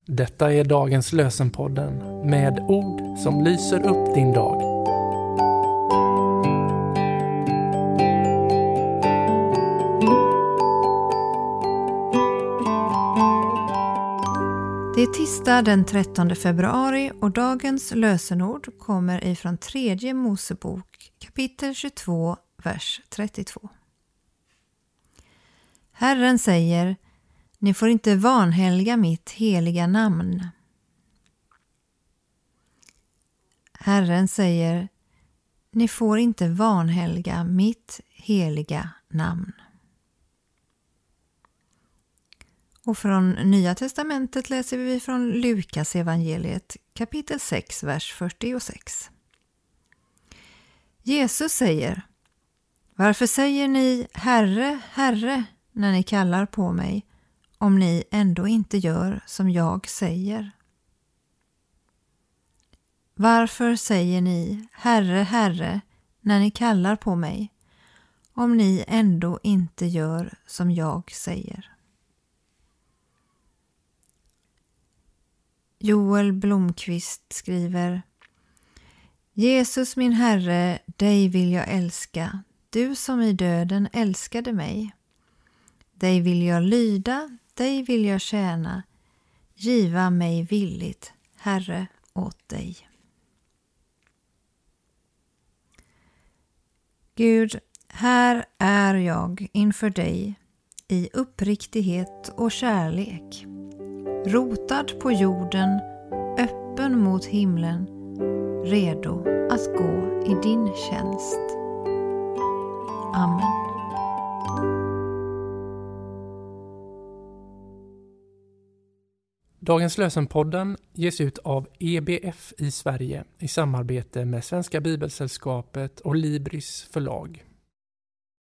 Detta är dagens lösenpodden med ord som lyser upp din dag. Det är tisdag den 13 februari och dagens lösenord kommer ifrån 3 Mosebok kapitel 22, vers 32. Herren säger: ni får inte vanhelga mitt heliga namn. Herren säger: ni får inte vanhelga mitt heliga namn. Och från Nya testamentet läser vi från Lukas evangeliet kapitel 6, vers 46. Jesus säger: varför säger ni Herre, Herre när ni kallar på mig, om ni ändå inte gör som jag säger? Varför säger ni Herre, Herre när ni kallar på mig, om ni ändå inte gör som jag säger? Joel Blomqvist skriver: Jesus min Herre, dig vill jag älska, du som i döden älskade mig. Dig vill jag lyda, dig vill jag tjäna, giva mig villigt, Herre, åt dig. Gud, här är jag inför dig i uppriktighet och kärlek, rotad på jorden, öppen mot himlen, redo att gå i din tjänst. Amen. Dagens lösenpodden ges ut av EBF i Sverige i samarbete med Svenska Bibelsällskapet och Libris förlag.